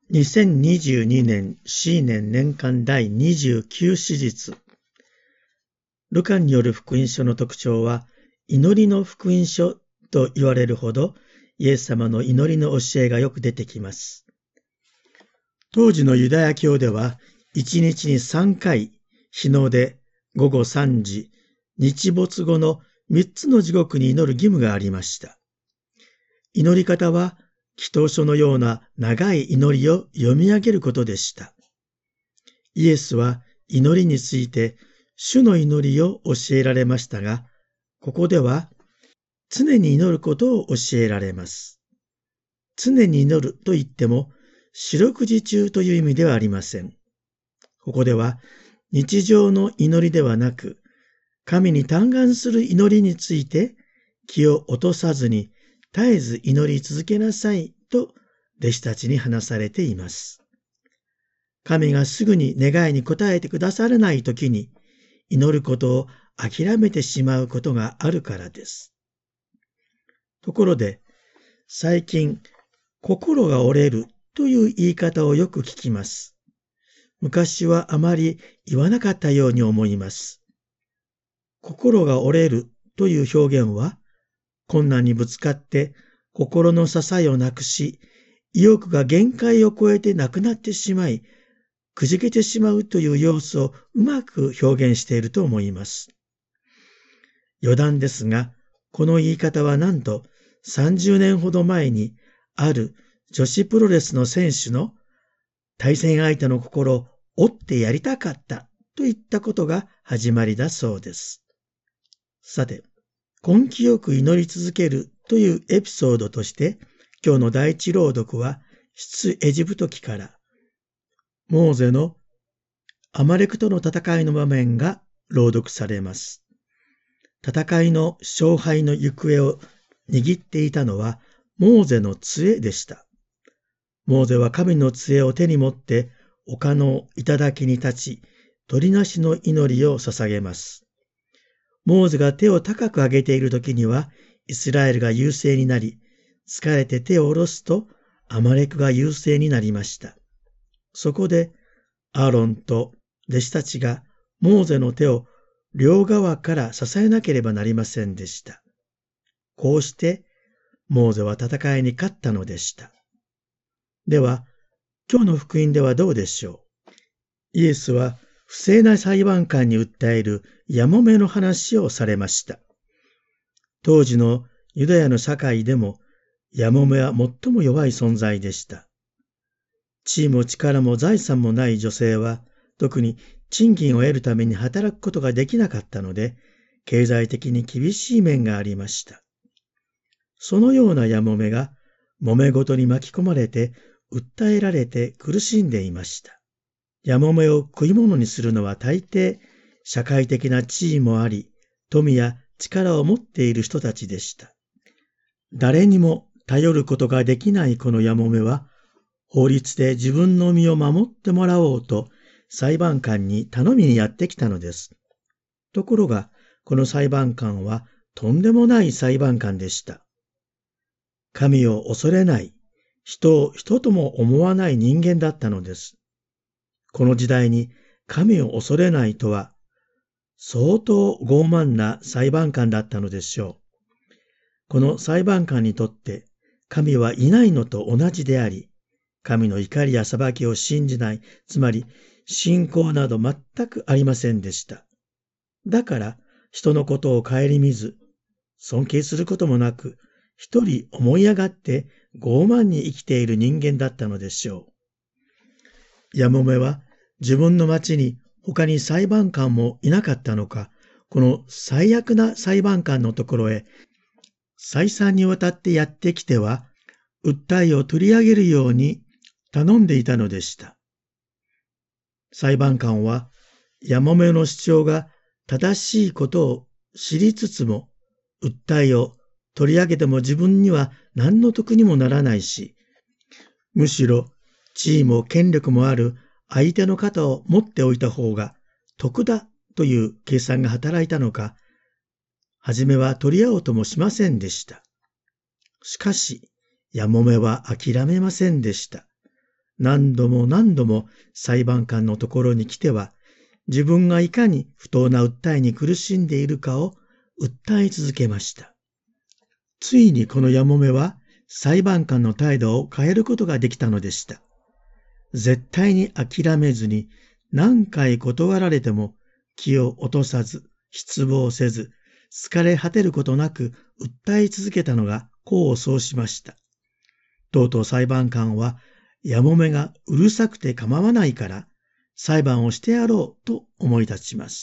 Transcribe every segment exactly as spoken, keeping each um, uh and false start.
にせんにじゅうにねんシーネン年間だいにじゅうきゅう史実。ルカによる福音書の特徴は、祈りの福音書と言われるほど、イエス様の祈りの教えがよく出てきます。当時のユダヤ教では、いちにちにさんかい、日の出、午後さんじ、日没後のみっつの時刻に祈る義務がありました。祈り方は、祈祷書のような長い祈りを読み上げることでした。イエスは祈りについて主の祈りを教えられましたが、ここでは常に祈ることを教えられます。常に祈ると言っても四六時中という意味ではありません。ここでは日常の祈りではなく、神に嘆願する祈りについて気を落とさずに絶えず祈り続けなさいと弟子たちに話されています。神がすぐに願いに応えてくださらないときに祈ることを諦めてしまうことがあるからです。ところで、最近、心が折れるという言い方をよく聞きます。昔はあまり言わなかったように思います。心が折れるという表現は、困難にぶつかって心の支えをなくし、意欲が限界を超えてなくなってしまい、くじけてしまうという様子をうまく表現していると思います。余談ですが、この言い方はなんとさんじゅうねんほど前にある女子プロレスの選手の対戦相手の心を折ってやりたかったといったことが始まりだそうです。さて、根気よく祈り続けるというエピソードとして、今日の第一朗読は出エジプト記からモーゼのアマレクとの戦いの場面が朗読されます。戦いの勝敗の行方を握っていたのはモーゼの杖でした。モーゼは神の杖を手に持って丘の頂に立ち、鳥なしの祈りを捧げます。モーゼが手を高く上げている時にはイスラエルが優勢になり、疲れて手を下ろすとアマレクが優勢になりました。そこでアーロンと弟子たちがモーゼの手を両側から支えなければなりませんでした。こうしてモーゼは戦いに勝ったのでした。では、今日の福音ではどうでしょう。イエスは不正な裁判官に訴えるやもめの話をされました。当時のユダヤの社会でもやもめは最も弱い存在でした。地位も力も財産もない女性は、特に賃金を得るために働くことができなかったので、経済的に厳しい面がありました。そのようなやもめが、揉め事に巻き込まれて、訴えられて苦しんでいました。やもめを食い物にするのは大抵、社会的な地位もあり、富や力を持っている人たちでした。誰にも頼ることができないこのやもめは、法律で自分の身を守ってもらおうと裁判官に頼みにやってきたのです。ところが、この裁判官はとんでもない裁判官でした。神を恐れない、人を人とも思わない人間だったのです。この時代に神を恐れないとは、相当傲慢な裁判官だったのでしょう。この裁判官にとって神はいないのと同じであり、神の怒りや裁きを信じない、つまり信仰など全くありませんでした。だから人のことを顧みず、尊敬することもなく、一人思い上がって傲慢に生きている人間だったのでしょう。やもめは自分の町に他に裁判官もいなかったのか、この最悪な裁判官のところへ再三にわたってやってきては、訴えを取り上げるように頼んでいたのでした。裁判官はやもめの主張が正しいことを知りつつも、訴えを取り上げても自分には何の得にもならないし、むしろ地位も権力もある相手の肩を持っておいた方が得だという計算が働いたのか、はじめは取り合おうともしませんでした。しかし、やもめは諦めませんでした。 何度も何度も裁判官のところに来ては、自分がいかに不当な訴えに苦しんでいるかを訴え続けました。ついにこのやもめは裁判官の態度を変えることができたのでした。絶対に諦めずに何回断られても気を落とさず、失望せず、疲れ果てることなく訴え続けたのが功を奏しました。とうとう裁判官はやもめがうるさくて構わないから裁判をしてやろうと思い立ちます。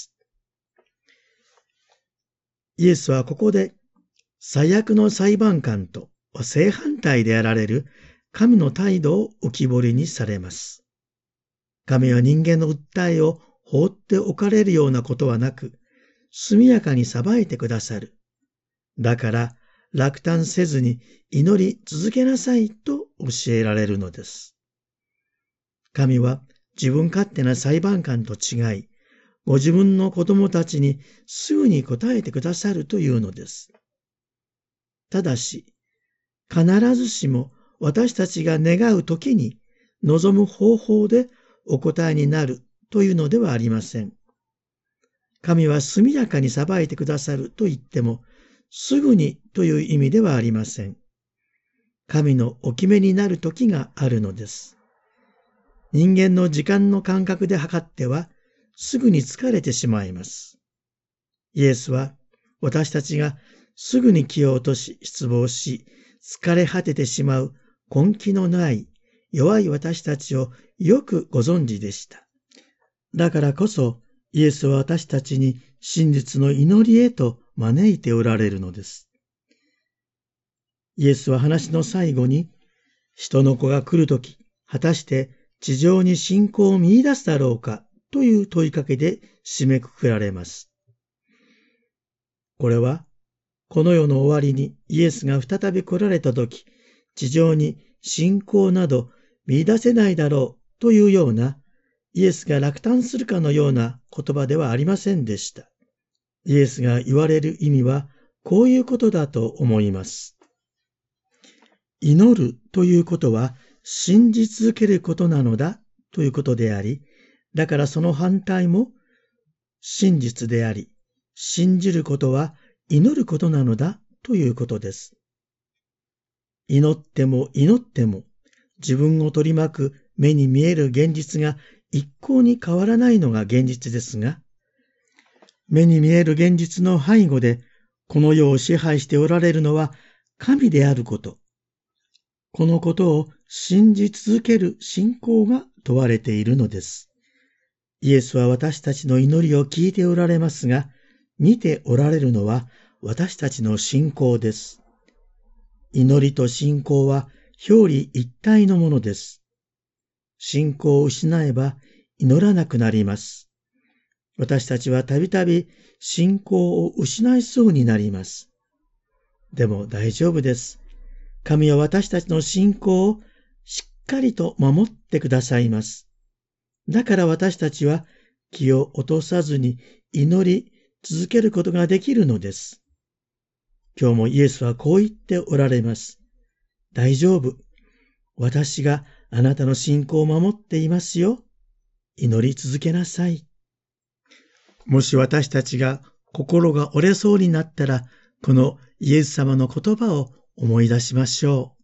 イエスはここで最悪の裁判官と正反対であられる神の態度を浮き彫りにされます。神は人間の訴えを放っておかれるようなことはなく、速やかに裁いてくださる。だから落胆せずに祈り続けなさいと教えられるのです。神は自分勝手な裁判官と違い、ご自分の子供たちにすぐに答えてくださるというのです。ただし、必ずしも私たちが願うときに望む方法でお答えになるというのではありません。神は速やかに裁いてくださると言っても、すぐにという意味ではありません。神のお決めになる時があるのです。人間の時間の感覚で測っては、すぐに疲れてしまいます。イエスは、私たちがすぐに気を落とし、失望し、疲れ果ててしまう根気のない弱い私たちをよくご存知でした。だからこそ、イエスは私たちに真実の祈りへと招いておられるのです。イエスは話の最後に、人の子が来るとき、果たして地上に信仰を見出すだろうかという問いかけで締めくくられます。これは、この世の終わりにイエスが再び来られたとき、地上に信仰など見出せないだろうというような、イエスが落胆するかのような言葉ではありませんでした。イエスが言われる意味はこういうことだと思います。祈るということは信じ続けることなのだということであり、だからその反対も真実であり、信じることは祈ることなのだということです。祈っても祈っても自分を取り巻く目に見える現実が一向に変わらないのが現実ですが、目に見える現実の背後でこの世を支配しておられるのは神であること。このことを信じ続ける信仰が問われているのです。イエスは私たちの祈りを聞いておられますが、見ておられるのは私たちの信仰です。祈りと信仰は表裏一体のものです。信仰を失えば祈らなくなります。私たちはたびたび信仰を失いそうになります。でも大丈夫です。神は私たちの信仰をしっかりと守ってくださいます。だから私たちは気を落とさずに祈り続けることができるのです。今日もイエスはこう言っておられます。大丈夫。私があなたの信仰を守っていますよ。祈り続けなさい。もし私たちが心が折れそうになったら、このイエス様の言葉を思い出しましょう。